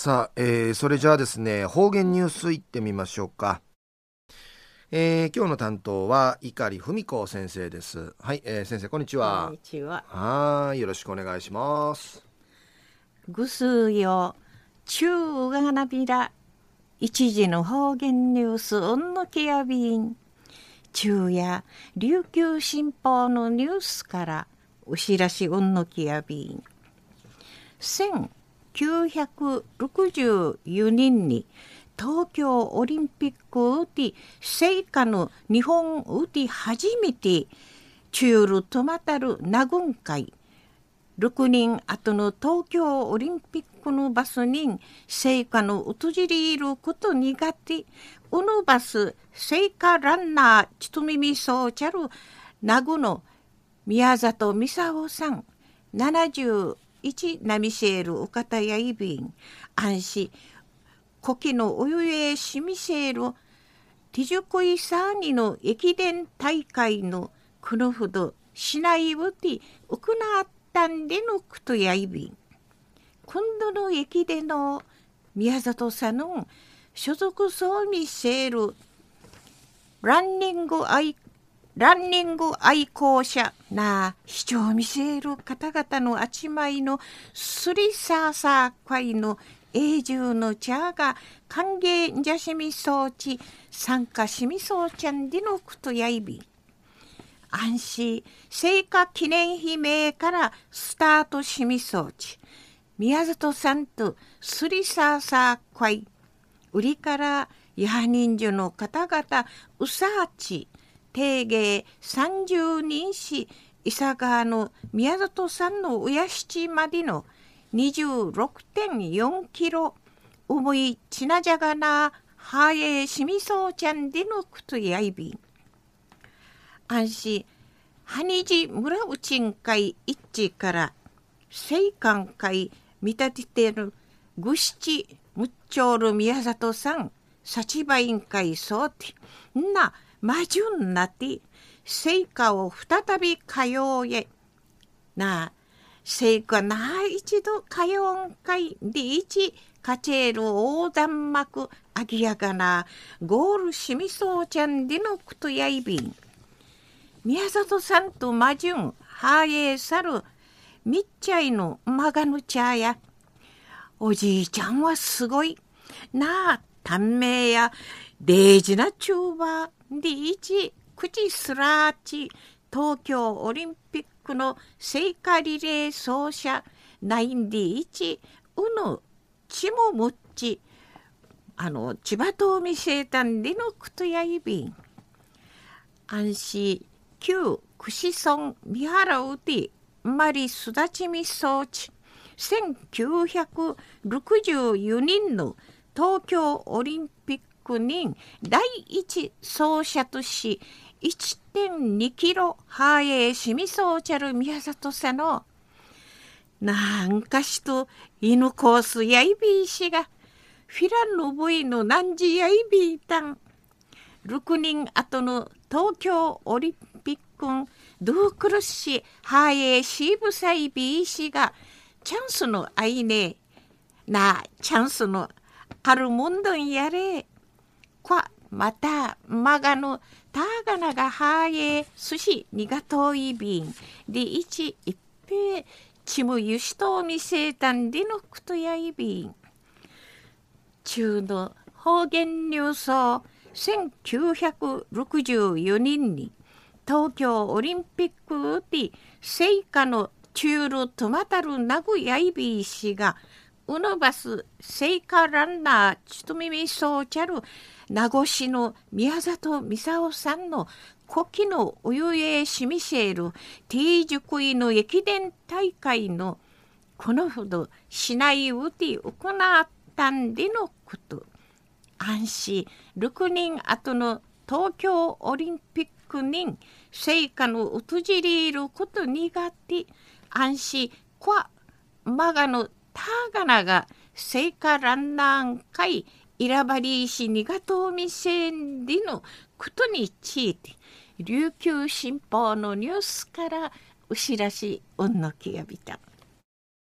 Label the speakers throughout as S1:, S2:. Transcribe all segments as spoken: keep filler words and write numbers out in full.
S1: さあ、えーそれじゃあですね、方言ニュースいってみましょうか。えー今日の担当は碇文子先生です。はい、えー先生こんにち
S2: こん
S1: は。
S2: にちは。
S1: はーい、よろしくお願いします。
S2: ぐすよ、ちゅうがなびら、一時の方言ニュース、うんのきやびん。昼夜、琉球新報のニュースから、お知らしうんのきやびん。せんきゅうひゃくろくじゅうよねんに、東京オリンピックうて聖火の日本うて初めてチュールとまたる名軍会ろくにん後の東京オリンピックのバスに聖火のうとじりいること苦手うのバス聖火ランナーちとみみそうちゃる名護の宮里美沙夫さんななじゅういちナミシェールお方やいびん安心古希のおゆえしみせるティジュコイサーニの駅伝大会のくのほどしないぶてうくなったんでのくとやいびん今度の駅伝の宮里さんの所属そうみせるランニング愛ランニング愛好者な視聴見せる方々のあちまいのスリサーサー会の永住の茶が歓迎じゃしみそうち参加しみそうちゃんでのくとやいび安心聖火記念碑名からスタートしみそうち宮里さんとスリサーサー会売りからや人数の方々うさあち定芸さんじゅうにんし伊佐川の宮里さんのお屋敷までの にじゅうろくてんよんキロ重いちなじゃがなはえしみそうちゃんでのくとやいびん安心はにじ村内ん会一致から聖寛会見立ててるぐしちむっちょうる宮里さん幸場委員会そうてんなまじゅんなて聖火を再び通うへなあ聖火な一度通うんかいで一カチェール横断幕あぎやがなゴールしみそうちゃんでのくとやいびん宮里さんとまじゅんはえさるみっちゃいのまがぬちゃやおじいちゃんはすごいなあ短命や大事なチューバーで一口すらーち東京オリンピックの聖火リレー走者ナインディーいちうぬちもむっちあの千葉とみせたんでのくとやいびん安心旧串村三原うてまりすだちみそうちせんきゅうひゃくろくじゅうよにんの東京オリンピックに第一走者とし いってんにキロはえしみそうちゃる宮里さのなんかしと犬コースやいびいしがフィラノブイのなんじやいびいたんろくにん後の東京オリンピックンドゥークルシハエシーブサイビーシがチャンスのあいねなチャンスのあるもんどんやれこまたまがのたがながはえすしにがといびんでいちいっぺちむゆしとみせたんでのくとやいびん中の方言ニュースをせんきゅうひゃくろくじゅうよねんに東京オリンピックで聖火のチュールトマタルナグヤイビー氏がうのバス聖火ランナーちとみみそうちゃる名護市の宮里美沙夫さんの古希のおゆえしみせるティージュクイの駅伝大会のこのほどしないうて行ったんでのこと安心ろくにん後の東京オリンピックに聖火のうとじりいること苦手安心こまがのたがなが聖火ランナー会いらばりしにがとうみせんでのことについて琉球新報のニュースからお知らしおんのきやびた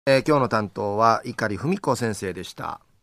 S1: えー、今日の担当は碇文子先生でした。